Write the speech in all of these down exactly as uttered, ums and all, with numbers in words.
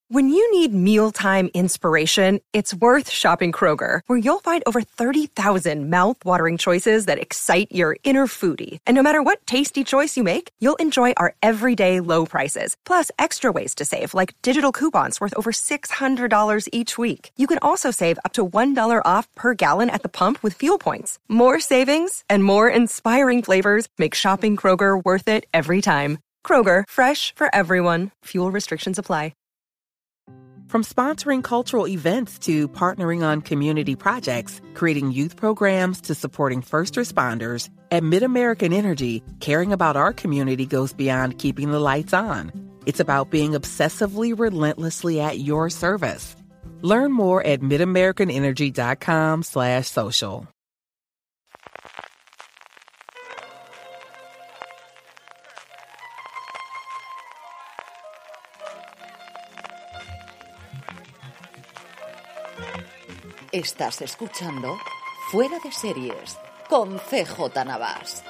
When you need mealtime inspiration, it's worth shopping Kroger, where you'll find over thirty thousand mouth-watering choices that excite your inner foodie. And no matter what tasty choice you make, you'll enjoy our everyday low prices, plus extra ways to save, like digital coupons worth over six hundred dollars each week. You can also save up to one dollar off per gallon at the pump with fuel points. More savings and more inspiring flavors make shopping Kroger worth it every time. Kroger, fresh for everyone. Fuel restrictions apply. From sponsoring cultural events to partnering on community projects, creating youth programs to supporting first responders, at MidAmerican Energy, caring about our community goes beyond keeping the lights on. It's about being obsessively relentlessly at your service. Learn more at midamericanenergy.com slash social. Estás escuchando Fuera de Series con C J Navas.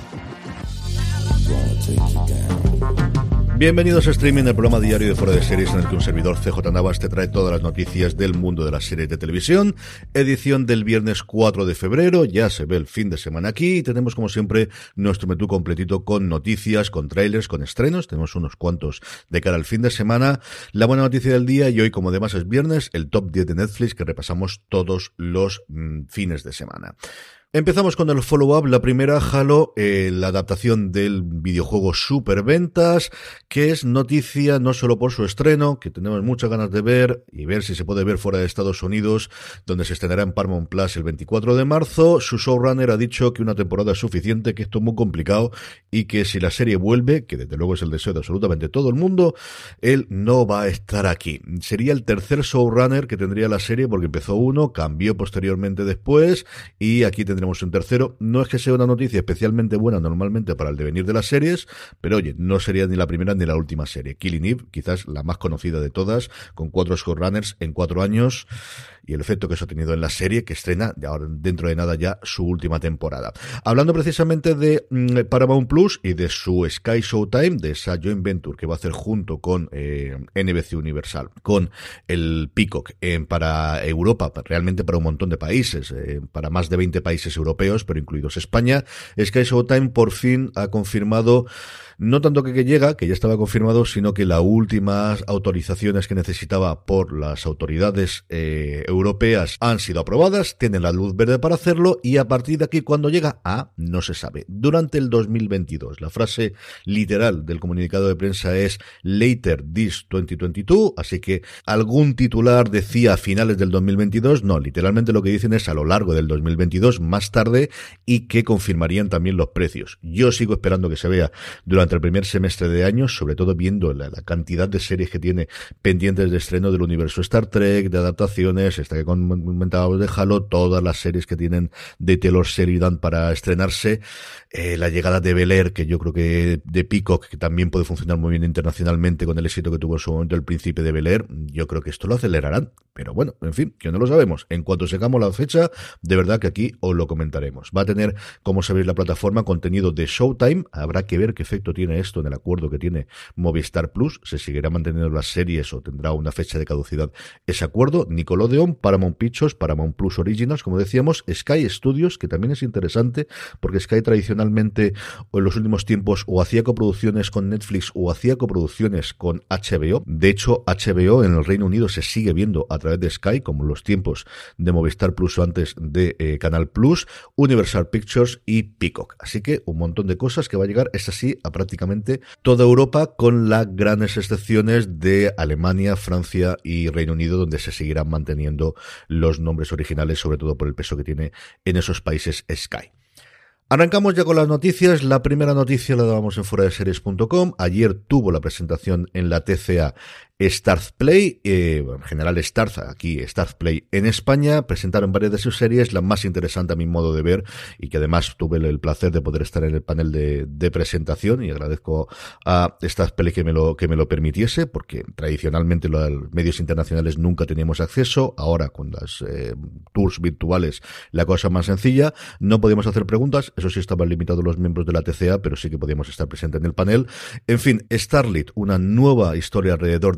Bienvenidos a Streaming, el programa diario de Fuera de Series en el que un servidor, C J Navas, te trae todas las noticias del mundo de las series de televisión. Edición del viernes cuatro de febrero, ya se ve el fin de semana aquí y tenemos como siempre nuestro menú completito con noticias, con trailers, con estrenos. Tenemos unos cuantos de cara al fin de semana. La buena noticia del día, y hoy como además es viernes, el top diez de Netflix que repasamos todos los mmm, fines de semana. Empezamos con el follow-up, la primera, Halo, eh, la adaptación del videojuego Superventas, que es noticia no solo por su estreno, que tenemos muchas ganas de ver, y ver si se puede ver fuera de Estados Unidos, donde se estrenará en Paramount Plus el veinticuatro de marzo. Su showrunner ha dicho que una temporada es suficiente, que esto es muy complicado, y que si la serie vuelve, que desde luego es el deseo de absolutamente todo el mundo, él no va a estar aquí. Sería el tercer showrunner que tendría la serie, porque empezó uno, cambió posteriormente después, y aquí tendremos un tercero. No es que sea una noticia especialmente buena normalmente para el devenir de las series, pero oye, no sería ni la primera ni la última serie. Killing Eve, quizás la más conocida de todas, con cuatro showrunners en cuatro años, y el efecto que eso ha tenido en la serie, que estrena de ahora, dentro de nada ya su última temporada. Hablando precisamente de mm, Paramount Plus y de su Sky Showtime, de esa joint venture que va a hacer junto con eh, N B C Universal, con el Peacock eh, para Europa, realmente para un montón de países, eh, para más de veinte países europeos, pero incluidos España. Sky Showtime por fin ha confirmado, no tanto que, que llega, que ya estaba confirmado, sino que las últimas autorizaciones que necesitaba por las autoridades eh, europeas han sido aprobadas, tienen la luz verde para hacerlo, y a partir de aquí, ¿cuándo llega? Ah, no se sabe. Durante el dos mil veintidós. La frase literal del comunicado de prensa es later this twenty twenty-two, así que algún titular decía a finales del dos mil veintidós, no, literalmente lo que dicen es a lo largo del dos mil veintidós, más tarde, y que confirmarían también los precios. Yo sigo esperando que se vea durante el primer semestre de año, sobre todo viendo la, la cantidad de series que tiene pendientes de estreno del universo Star Trek, de adaptaciones, esta que comentábamos de Halo, todas las series que tienen de Taylor Sheridan para estrenarse, eh, la llegada de Bel Air, que yo creo que de Peacock, que también puede funcionar muy bien internacionalmente con el éxito que tuvo en su momento el Príncipe de Bel Air, yo creo que esto lo acelerarán, pero bueno, en fin, que no lo sabemos. En cuanto sigamos la fecha, de verdad que aquí os lo comentaremos. Va a tener, como sabéis, la plataforma contenido de Showtime, habrá que ver qué efecto tiene esto en el acuerdo que tiene Movistar Plus, se seguirá manteniendo las series o tendrá una fecha de caducidad ese acuerdo. Nickelodeon, Paramount Pictures, Paramount Plus Originals, como decíamos, Sky Studios, que también es interesante porque Sky tradicionalmente o en los últimos tiempos o hacía coproducciones con Netflix o hacía coproducciones con H B O. De hecho, H B O en el Reino Unido se sigue viendo a través de Sky, como los tiempos de Movistar Plus o antes de eh, Canal Plus, Universal Pictures y Peacock. Así que un montón de cosas que va a llegar, es así, a prácticamente toda Europa, con las grandes excepciones de Alemania, Francia y Reino Unido, donde se seguirán manteniendo los nombres originales, sobre todo por el peso que tiene en esos países Sky. Arrancamos ya con las noticias. La primera noticia la dábamos en fuera de series punto com. Ayer tuvo la presentación en la T C A Starz Play, eh, en general Starz, aquí Starz Play en España. Presentaron varias de sus series, la más interesante a mi modo de ver, y que además tuve el placer de poder estar en el panel de, de presentación, y agradezco a Starz Play que me lo, que me lo permitiese, porque tradicionalmente los medios internacionales nunca teníamos acceso. Ahora con las eh, tours virtuales la cosa es más sencilla. No podíamos hacer preguntas, eso sí estaban limitados los miembros de la T C A, pero sí que podíamos estar presentes en el panel. En fin, Starlit, una nueva historia alrededor de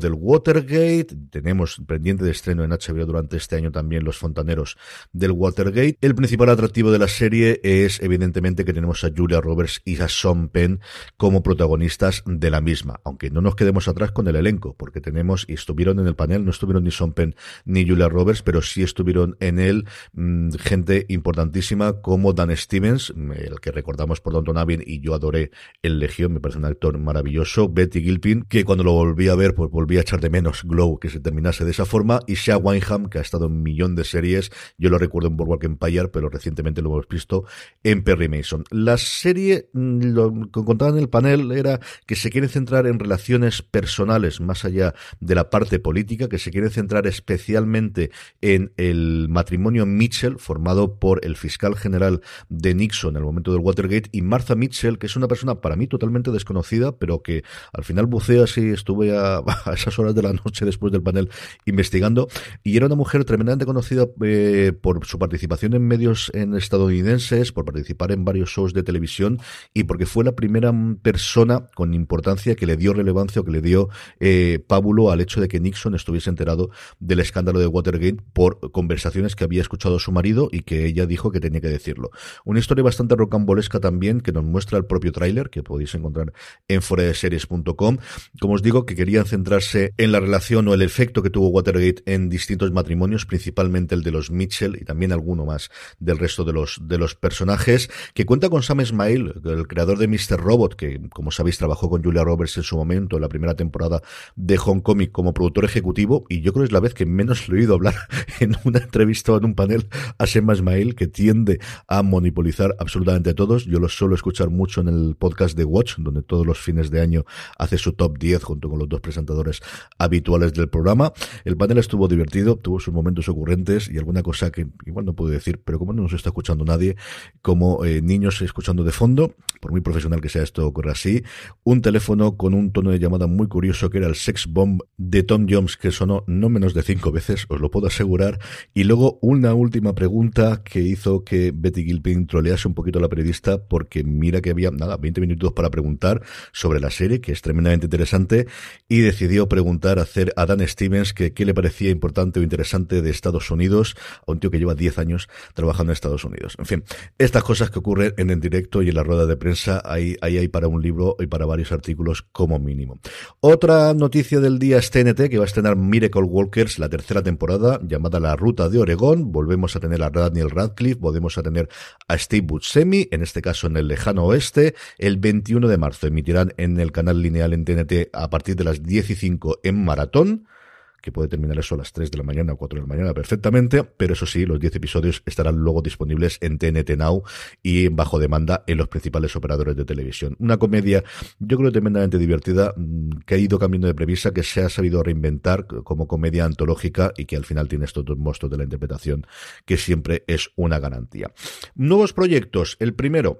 del Watergate, tenemos pendiente de estreno en H B O durante este año también Los Fontaneros del Watergate. El principal atractivo de la serie es evidentemente que tenemos a Julia Roberts y a Sean Penn como protagonistas de la misma, aunque no nos quedemos atrás con el elenco, porque tenemos, y estuvieron en el panel, no estuvieron ni Sean Penn ni Julia Roberts, pero sí estuvieron en él mmm, gente importantísima como Dan Stevens, el que recordamos por Downton Abbey y yo adoré el Legión, me parece un actor maravilloso, Betty Gilpin, que cuando lo volví a ver pues volví a echar de menos Glow que se terminase de esa forma, y Shea Wineham, que ha estado en un millón de series, yo lo recuerdo en Boardwalk Empire, pero recientemente lo hemos visto en Perry Mason. La serie, lo que contaba en el panel era que se quiere centrar en relaciones personales más allá de la parte política, que se quiere centrar especialmente en el matrimonio Mitchell, formado por el fiscal general de Nixon en el momento del Watergate, y Martha Mitchell, que es una persona para mí totalmente desconocida, pero que al final bucea así, estuve a, a esas horas de la noche después del panel investigando, y era una mujer tremendamente conocida eh, por su participación en medios en estadounidenses, por participar en varios shows de televisión, y porque fue la primera persona con importancia que le dio relevancia o que le dio eh, pábulo al hecho de que Nixon estuviese enterado del escándalo de Watergate por conversaciones que había escuchado su marido y que ella dijo que tenía que decirlo. Una historia bastante rocambolesca también, que nos muestra el propio tráiler, que podéis encontrar en fuera de series punto com. Como os digo, que querían centrarse en la relación o el efecto que tuvo Watergate en distintos matrimonios, principalmente el de los Mitchell y también alguno más del resto de los de los personajes, que cuenta con Sam Esmail, el creador de míster Robot, que como sabéis trabajó con Julia Roberts en su momento en la primera temporada de Homecoming como productor ejecutivo, y yo creo que es la vez que menos le he oído hablar en una entrevista o en un panel a Sam Esmail, que tiende a monopolizar absolutamente a todos. Yo lo suelo escuchar mucho en el podcast de Watch, donde todos los fines de año hace su top diez junto con los dos presentadores habituales del programa. El panel estuvo divertido, tuvo sus momentos ocurrentes y alguna cosa que igual no puedo decir, pero como no nos está escuchando nadie, como eh, niños escuchando de fondo, por muy profesional que sea esto ocurre así, un teléfono con un tono de llamada muy curioso que era el sex bomb de Tom Jones, que sonó no menos de cinco veces, os lo puedo asegurar, y luego una última pregunta que hizo que Betty Gilpin trolease un poquito a la periodista, porque mira que había, nada, veinte minutos para preguntar sobre la serie, que es tremendamente interesante, y decidió preguntar, hacer a Dan Stevens que qué le parecía importante o interesante de Estados Unidos, a un tío que lleva diez años trabajando en Estados Unidos. En fin, estas cosas que ocurren en el directo y en la rueda de prensa, ahí, ahí hay para un libro y para varios artículos como mínimo. Otra noticia del día es T N T, que va a estrenar Miracle Walkers, la tercera temporada, llamada La Ruta de Oregón. Volvemos a tener a Daniel Radcliffe, volvemos a tener a Steve Buscemi, en este caso en el lejano oeste. El veintiuno de marzo emitirán en el canal lineal en T N T a partir de las diez y cinco en maratón, que puede terminar eso a las tres de la mañana o cuatro de la mañana perfectamente, pero eso sí, los diez episodios estarán luego disponibles en T N T Now y bajo demanda en los principales operadores de televisión. Una comedia, yo creo, tremendamente divertida, que ha ido cambiando de premisa, que se ha sabido reinventar como comedia antológica y que al final tiene estos dos monstruos de la interpretación, que siempre es una garantía. Nuevos proyectos. El primero,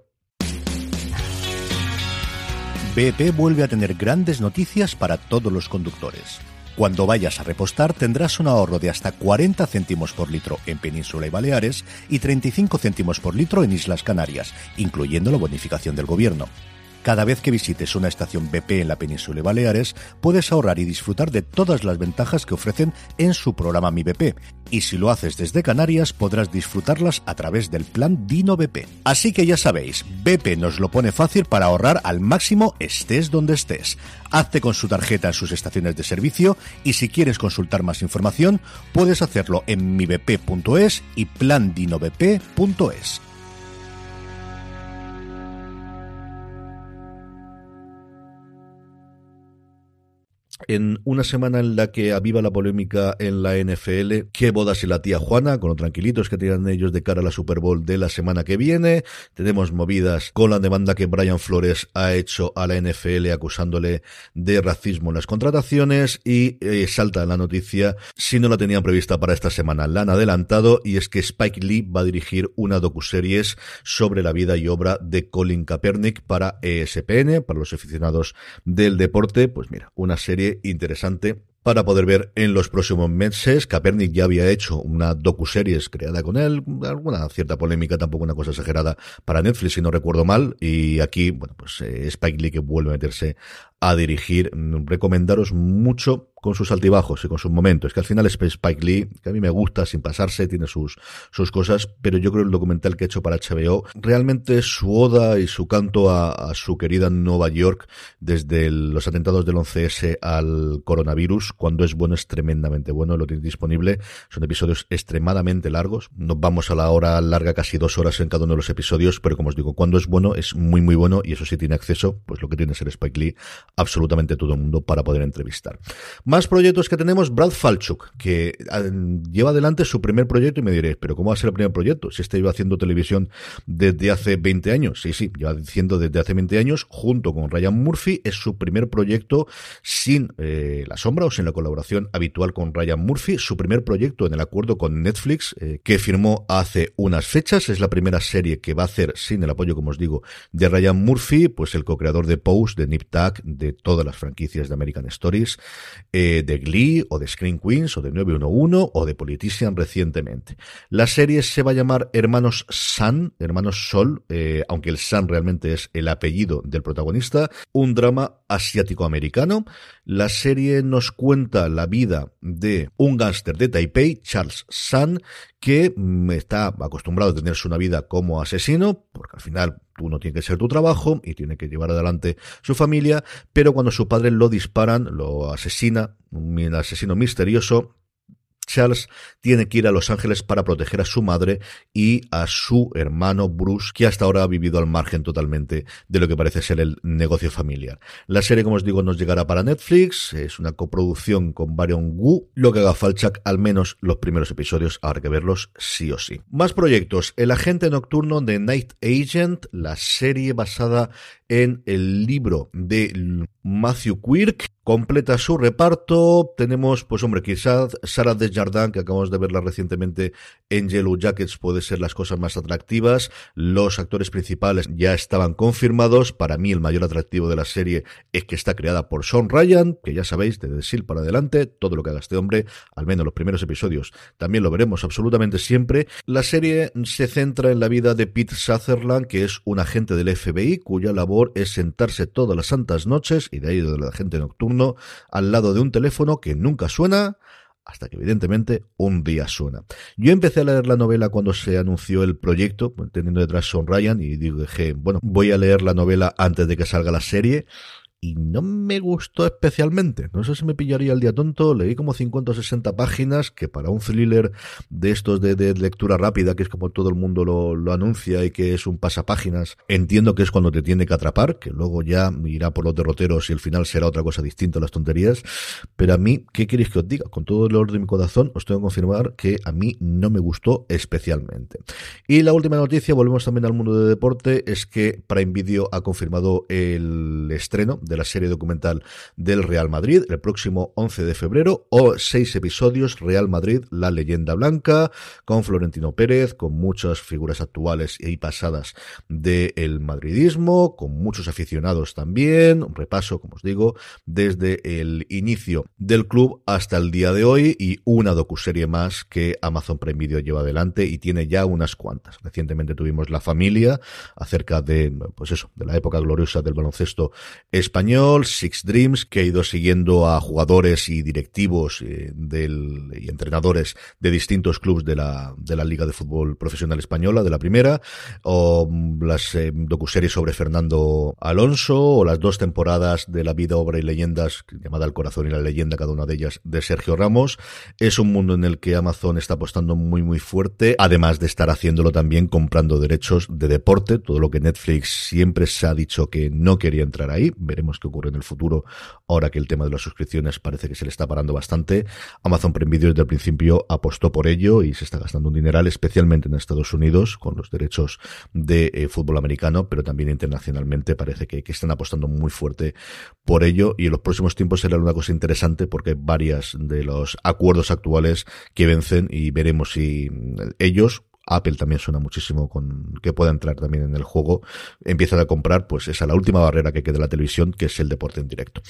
B P vuelve a tener grandes noticias para todos los conductores. Cuando vayas a repostar tendrás un ahorro de hasta cuarenta céntimos por litro en Península y Baleares y treinta y cinco céntimos por litro en Islas Canarias, incluyendo la bonificación del gobierno. Cada vez que visites una estación B P en la Península y Baleares, puedes ahorrar y disfrutar de todas las ventajas que ofrecen en su programa Mi B P. Y si lo haces desde Canarias, podrás disfrutarlas a través del plan Dino B P. Así que ya sabéis, B P nos lo pone fácil para ahorrar al máximo estés donde estés. Hazte con su tarjeta en sus estaciones de servicio y si quieres consultar más información, puedes hacerlo en mi b p punto es y plan dino b p punto es. En una semana en la que aviva la polémica en la N F L, qué bodas y la tía Juana, con los tranquilitos que tiran ellos de cara a la Super Bowl de la semana que viene. Tenemos movidas con la demanda que Brian Flores ha hecho a la N F L acusándole de racismo en las contrataciones y eh, salta la noticia, si no la tenían prevista para esta semana, la han adelantado, y es que Spike Lee va a dirigir una docuseries sobre la vida y obra de Colin Kaepernick para E S P N, para los aficionados del deporte. Pues mira, una serie interesante para poder ver en los próximos meses. Kaepernick ya había hecho una docuseries creada con él, alguna cierta polémica, tampoco una cosa exagerada, para Netflix, si no recuerdo mal, y aquí, bueno, pues eh, Spike Lee que vuelve a meterse a dirigir. Recomendaros mucho con sus altibajos y con sus momentos, que al final es Spike Lee, que a mí me gusta sin pasarse, tiene sus, sus cosas, pero yo creo que el documental que ha hecho para H B O realmente su oda y su canto a, a su querida Nueva York desde el, los atentados del once ese al coronavirus. Cuando es bueno es tremendamente bueno, lo tiene disponible, son episodios extremadamente largos, nos vamos a la hora larga, casi dos horas en cada uno de los episodios, pero como os digo, cuando es bueno es muy muy bueno, y eso sí tiene acceso, pues lo que tiene ser Spike Lee, absolutamente todo el mundo para poder entrevistar. Más proyectos que tenemos, Brad Falchuk, que uh, lleva adelante su primer proyecto, y me diréis, ¿pero cómo va a ser el primer proyecto? Si este lleva haciendo televisión desde hace veinte años. Sí, sí, lleva haciendo desde hace veinte años, junto con Ryan Murphy, es su primer proyecto sin eh, la sombra o sin la colaboración habitual con Ryan Murphy, su primer proyecto en el acuerdo con Netflix, eh, que firmó hace unas fechas, es la primera serie que va a hacer sin el apoyo, como os digo, de Ryan Murphy, pues el co-creador de Pose, de Nip Tuck, de todas las franquicias de American Stories, eh, de Glee, o de Scream Queens, o de nueve uno uno, o de Politician recientemente. La serie se va a llamar Hermanos Sun, Hermanos Sol, eh, aunque el Sun realmente es el apellido del protagonista, un drama asiático-americano. La serie nos cuenta la vida de un gángster de Taipei, Charles Sun, que está acostumbrado a tenerse una vida como asesino, porque al final uno tiene que ser tu trabajo y tiene que llevar adelante su familia, pero cuando su padre lo disparan, lo asesina, un asesino misterioso, Charles tiene que ir a Los Ángeles para proteger a su madre y a su hermano Bruce, que hasta ahora ha vivido al margen totalmente de lo que parece ser el negocio familiar. La serie, como os digo, nos llegará para Netflix, es una coproducción con Byron Wu, lo que haga Falchuk, al menos los primeros episodios habrá que verlos sí o sí. Más proyectos, El agente nocturno de Night Agent, la serie basada en el libro de Matthew Quirk, completa su reparto. Tenemos, pues hombre, quizás Sarah Desjardins, que acabamos de verla recientemente en Yellow Jackets, puede ser las cosas más atractivas. Los actores principales ya estaban confirmados. Para mí el mayor atractivo de la serie es que está creada por Sean Ryan, que ya sabéis, desde S E A L para adelante, todo lo que haga este hombre, al menos los primeros episodios, también lo veremos absolutamente siempre. La serie se centra en la vida de Pete Sutherland, que es un agente del F B I, cuya labor es sentarse todas las santas noches, y de ahí del agente nocturno, al lado de un teléfono que nunca suena, hasta que evidentemente un día suena. Yo empecé a leer la novela cuando se anunció el proyecto, teniendo detrás Sean Ryan, y dije, bueno, voy a leer la novela antes de que salga la serie, y no me gustó especialmente. No sé si me pillaría el día tonto. Leí como cincuenta o sesenta páginas, que para un thriller de estos de, de lectura rápida, que es como todo el mundo lo, lo anuncia y que es un pasapáginas, entiendo que es cuando te tiene que atrapar, que luego ya irá por los derroteros y el final será otra cosa distinta a las tonterías. Pero a mí, ¿qué queréis que os diga? Con todo el dolor de mi corazón, os tengo que confirmar que a mí no me gustó especialmente. Y la última noticia, volvemos también al mundo de deporte, es que Prime Video ha confirmado el estreno de la serie documental del Real Madrid el próximo once de febrero, o seis episodios, Real Madrid, la leyenda blanca, con Florentino Pérez, con muchas figuras actuales y pasadas del madridismo, con muchos aficionados también, un repaso, como os digo, desde el inicio del club hasta el día de hoy, y una docuserie más que Amazon Prime Video lleva adelante y tiene ya unas cuantas. Recientemente tuvimos La Familia, acerca de, pues eso, de la época gloriosa del baloncesto español. Español, Six Dreams, que ha ido siguiendo a jugadores y directivos eh, del, y entrenadores de distintos clubes de la, de la Liga de Fútbol Profesional Española, de la primera, o las eh, docuseries sobre Fernando Alonso, o las dos temporadas de La vida, obra y leyendas, llamada El corazón y la leyenda, cada una de ellas de Sergio Ramos. Es un mundo en el que Amazon está apostando muy muy fuerte, además de estar haciéndolo también comprando derechos de deporte, todo lo que Netflix siempre se ha dicho que no quería entrar ahí. Veremos qué ocurre en el futuro, ahora que el tema de las suscripciones parece que se le está parando bastante. Amazon Prime Video desde el principio apostó por ello y se está gastando un dineral, especialmente en Estados Unidos, con los derechos de eh, fútbol americano, pero también internacionalmente parece que, que están apostando muy fuerte por ello, y en los próximos tiempos será una cosa interesante porque hay varias de los acuerdos actuales que vencen, y veremos si ellos, Apple también suena muchísimo con que pueda entrar también en el juego, empiezan a comprar, pues esa la última barrera que queda en la televisión, que es el deporte en directo.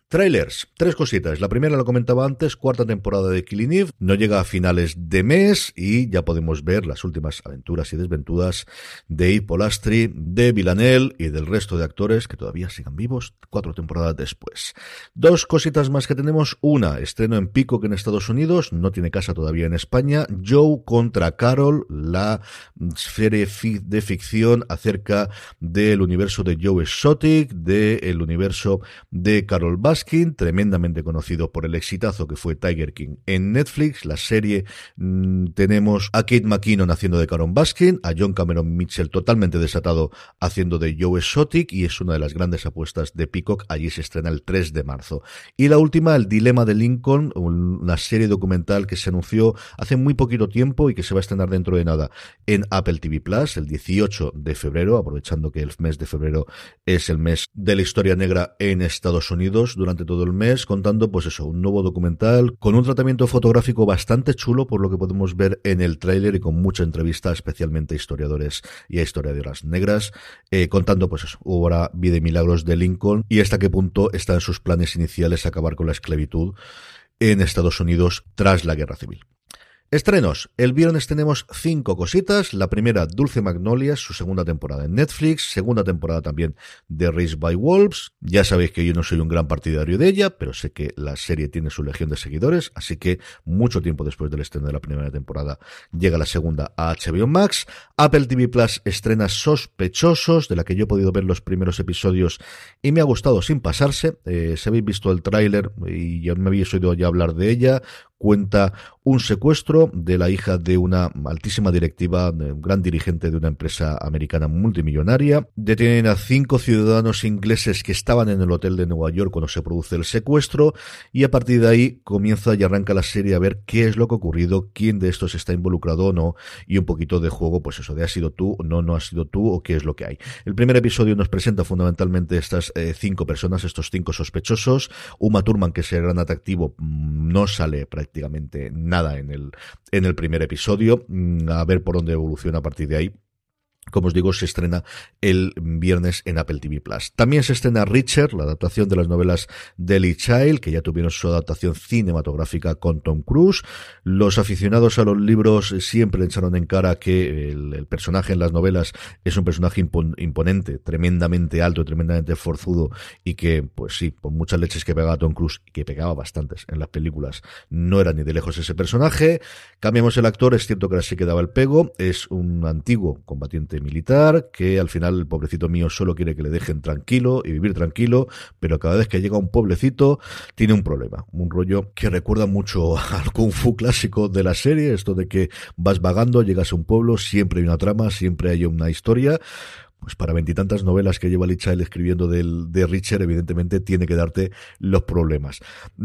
Trailers, tres cositas. La primera lo comentaba antes, cuarta temporada de Killing Eve, no llega a finales de mes y ya podemos ver las últimas aventuras y desventuras de Yves Polastri, de Villanelle y del resto de actores que todavía sigan vivos cuatro temporadas después. Dos cositas más que tenemos. Una, estreno en Peacock en Estados Unidos, no tiene casa todavía en España, Joe contra Carol, la serie de ficción acerca del universo de Joe Exotic, del universo de Carol Baskin, tremendamente conocido por el exitazo que fue Tiger King en Netflix. La serie mmm, tenemos a Kate McKinnon haciendo de Carol Baskin, a John Cameron Mitchell totalmente desatado haciendo de Joe Exotic, y es una de las grandes apuestas de Peacock. Allí se estrena el tres de marzo. Y la última, El dilema de Lincoln, una serie documental que se anunció hace muy poquito tiempo y que se va a estrenar dentro de nada en Apple T V Plus el dieciocho de febrero, aprovechando que el mes de febrero es el mes de la historia negra en Estados Unidos. Durante todo el mes, contando pues eso, un nuevo documental con un tratamiento fotográfico bastante chulo por lo que podemos ver en el tráiler, y con mucha entrevista especialmente a historiadores y a historiadoras negras, eh, contando pues eso, obra, vida y milagros de Lincoln y hasta qué punto está en sus planes iniciales acabar con la esclavitud en Estados Unidos tras la Guerra Civil. Estrenos. El viernes tenemos cinco cositas. La primera, Dulce Magnolias, su segunda temporada en Netflix. Segunda temporada también de Raised by Wolves. Ya sabéis que yo no soy un gran partidario de ella, pero sé que la serie tiene su legión de seguidores, así que mucho tiempo después del estreno de la primera temporada llega la segunda a H B O Max. Apple T V Plus estrena Sospechosos, de la que yo he podido ver los primeros episodios y me ha gustado sin pasarse. Eh, si habéis visto el tráiler y ya me habéis oído ya hablar de ella, cuenta un secuestro de la hija de una altísima directiva, de un gran dirigente de una empresa americana multimillonaria. Detienen a cinco ciudadanos ingleses que estaban en el hotel de Nueva York cuando se produce el secuestro, y a partir de ahí comienza y arranca la serie a ver qué es lo que ha ocurrido, quién de estos está involucrado o no, y un poquito de juego, pues eso, de has sido tú, no, no has sido tú, o qué es lo que hay. El primer episodio nos presenta fundamentalmente estas eh, cinco personas, estos cinco sospechosos. Uma Thurman, que es el gran atractivo, no sale prácticamente prácticamente nada en el, en el primer episodio. A ver por dónde evoluciona a partir de ahí. Como os digo, se estrena el viernes en Apple T V Plus. También se estrena Richard, la adaptación de las novelas de Lee Child, que ya tuvieron su adaptación cinematográfica con Tom Cruise. Los aficionados a los libros siempre echaron en cara que el, el personaje en las novelas es un personaje impon, imponente, tremendamente alto, tremendamente forzudo, y que, pues sí, por muchas leches que pegaba Tom Cruise, y que pegaba bastantes en las películas, no era ni de lejos ese personaje. Cambiamos el actor, es cierto que ahora sí que daba el pego, es un antiguo combatiente militar que al final el pobrecito mío solo quiere que le dejen tranquilo y vivir tranquilo, pero cada vez que llega a un pueblecito tiene un problema, un rollo que recuerda mucho al Kung Fu clásico de la serie, esto de que vas vagando, llegas a un pueblo, siempre hay una trama, siempre hay una historia. Pues para veintitantas novelas que lleva Lee Child escribiendo del, de Richard, evidentemente tiene que darte los problemas.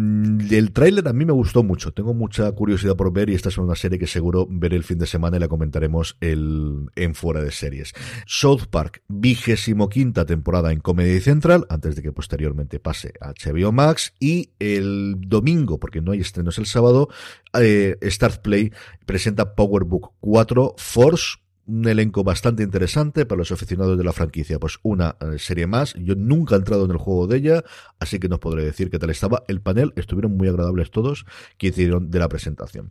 El tráiler a mí me gustó mucho, tengo mucha curiosidad por ver, y esta es una serie que seguro veré el fin de semana y la comentaremos el, en Fuera de Series. South Park, vigésimo quinta temporada en Comedy Central, antes de que posteriormente pase a H B O Max, y el domingo, porque no hay estrenos el sábado, eh, Start Play presenta Power Book cuatro Force, un elenco bastante interesante para los aficionados de la franquicia. Pues una eh, serie más. Yo nunca he entrado en el juego de ella, así que no os podré decir qué tal estaba. El panel estuvieron muy agradables todos que hicieron de la presentación.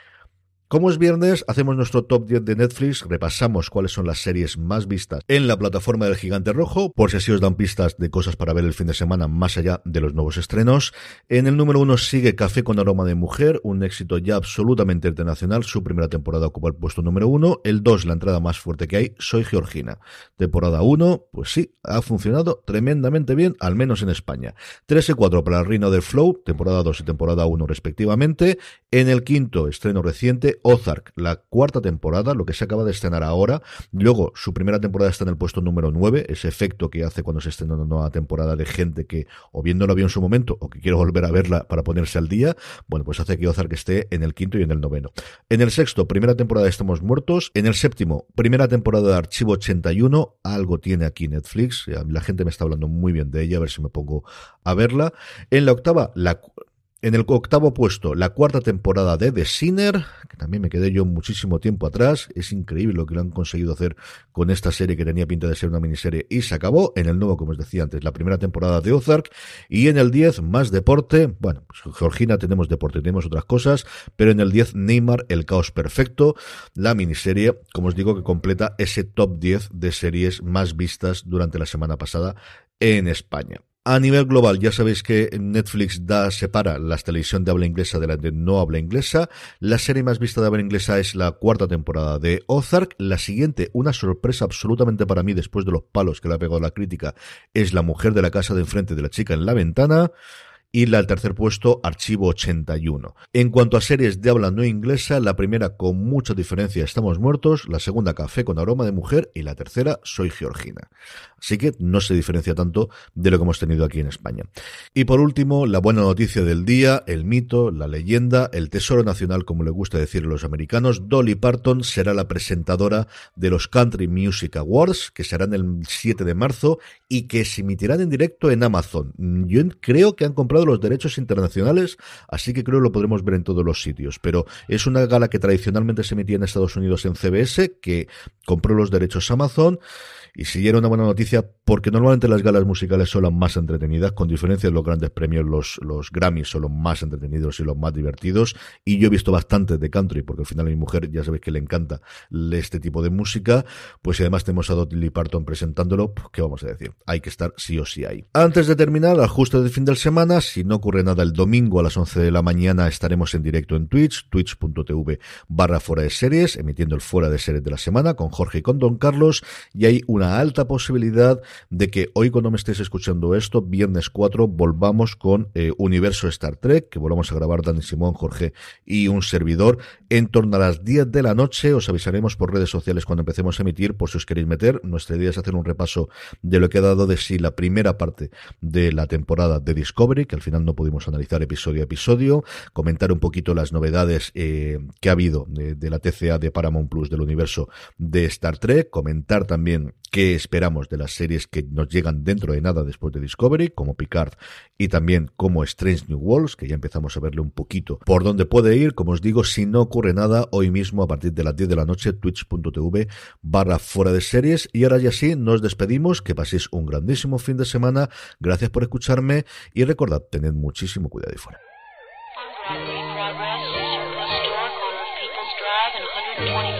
Como es viernes, hacemos nuestro top diez de Netflix, repasamos cuáles son las series más vistas en la plataforma del Gigante Rojo, por si así os dan pistas de cosas para ver el fin de semana más allá de los nuevos estrenos. En el número uno sigue Café con aroma de mujer, un éxito ya absolutamente internacional, su primera temporada ocupa el puesto número uno. El dos, la entrada más fuerte que hay, Soy Georgina. Temporada uno, pues sí, ha funcionado tremendamente bien, al menos en España. tres y cuatro para el Reino del Flow, temporada dos y temporada uno respectivamente. En el quinto, estreno reciente, Ozark, la cuarta temporada, lo que se acaba de estrenar ahora. Luego, su primera temporada está en el puesto número nueve, ese efecto que hace cuando se estrena una nueva temporada de gente que o bien no la vio en su momento o que quiere volver a verla para ponerse al día. Bueno, pues hace que Ozark esté en el quinto y en el noveno. En el sexto, primera temporada de Estamos Muertos. En el séptimo, primera temporada de Archivo ochenta y uno. Algo tiene aquí Netflix. La gente me está hablando muy bien de ella, a ver si me pongo a verla. En la octava, la... En el octavo puesto, la cuarta temporada de The Sinner, que también me quedé yo muchísimo tiempo atrás. Es increíble lo que lo han conseguido hacer con esta serie que tenía pinta de ser una miniserie y se acabó. En el nuevo, como os decía antes, la primera temporada de Ozark. Y en el diez, más deporte. Bueno, pues Georgina, tenemos deporte, tenemos otras cosas, pero en el diez, Neymar, el caos perfecto, la miniserie, como os digo, que completa ese top diez de series más vistas durante la semana pasada en España. A nivel global, ya sabéis que Netflix da, separa la televisión de habla inglesa de la de no habla inglesa. La serie más vista de habla inglesa es la cuarta temporada de Ozark. La siguiente, una sorpresa absolutamente para mí después de los palos que le ha pegado la crítica, es La mujer de la casa de enfrente de la chica en la ventana. Y la al tercer puesto, Archivo ochenta y uno. En cuanto a series de habla no inglesa, la primera con mucha diferencia, Estamos muertos, la segunda, Café con aroma de mujer, y la tercera, Soy Georgina. Así que no se diferencia tanto de lo que hemos tenido aquí en España. Y por último, la buena noticia del día, el mito, la leyenda, el tesoro nacional, como le gusta decir a los americanos. Dolly Parton será la presentadora de los Country Music Awards, que serán el siete de marzo y que se emitirán en directo en Amazon. Yo creo que han comprado los derechos internacionales, así que creo que lo podremos ver en todos los sitios, pero es una gala que tradicionalmente se emitía en Estados Unidos en C B S, que compró los derechos Amazon, y si era una buena noticia, porque normalmente las galas musicales son las más entretenidas, con diferencia de los grandes premios, los, los Grammys son los más entretenidos y los más divertidos, y yo he visto bastante de country, porque al final a mi mujer ya sabéis que le encanta este tipo de música, pues además tenemos a Dolly Parton presentándolo, ¿qué vamos a decir? Hay que estar sí o sí ahí. Antes de terminar, ajuste de fin de semana, si no ocurre nada el domingo a las once de la mañana estaremos en directo en Twitch, twitch.tv barra fuera de series, emitiendo el fuera de series de la semana con Jorge y con Don Carlos, y hay una alta posibilidad de que hoy, cuando me estéis escuchando esto, viernes cuatro, volvamos con eh, Universo Star Trek, que volvamos a grabar Dani Simón, Jorge y un servidor, en torno a las diez de la noche. Os avisaremos por redes sociales cuando empecemos a emitir, por si os queréis meter. Nuestra idea es hacer un repaso de lo que ha dado de sí la primera parte de la temporada de Discovery, que al final no pudimos analizar episodio a episodio, comentar un poquito las novedades eh, que ha habido de, de la T C A de Paramount Plus del universo de Star Trek, comentar también qué esperamos de las series que nos llegan dentro de nada después de Discovery, como Picard y también como Strange New Worlds, que ya empezamos a verle un poquito por dónde puede ir. Como os digo, si no ocurre nada, hoy mismo a partir de las diez de la noche, twitch.tv barra fuera de series. Y ahora ya sí, nos despedimos, que paséis un grandísimo fin de semana, gracias por escucharme y recordad, tened muchísimo cuidado y fuera.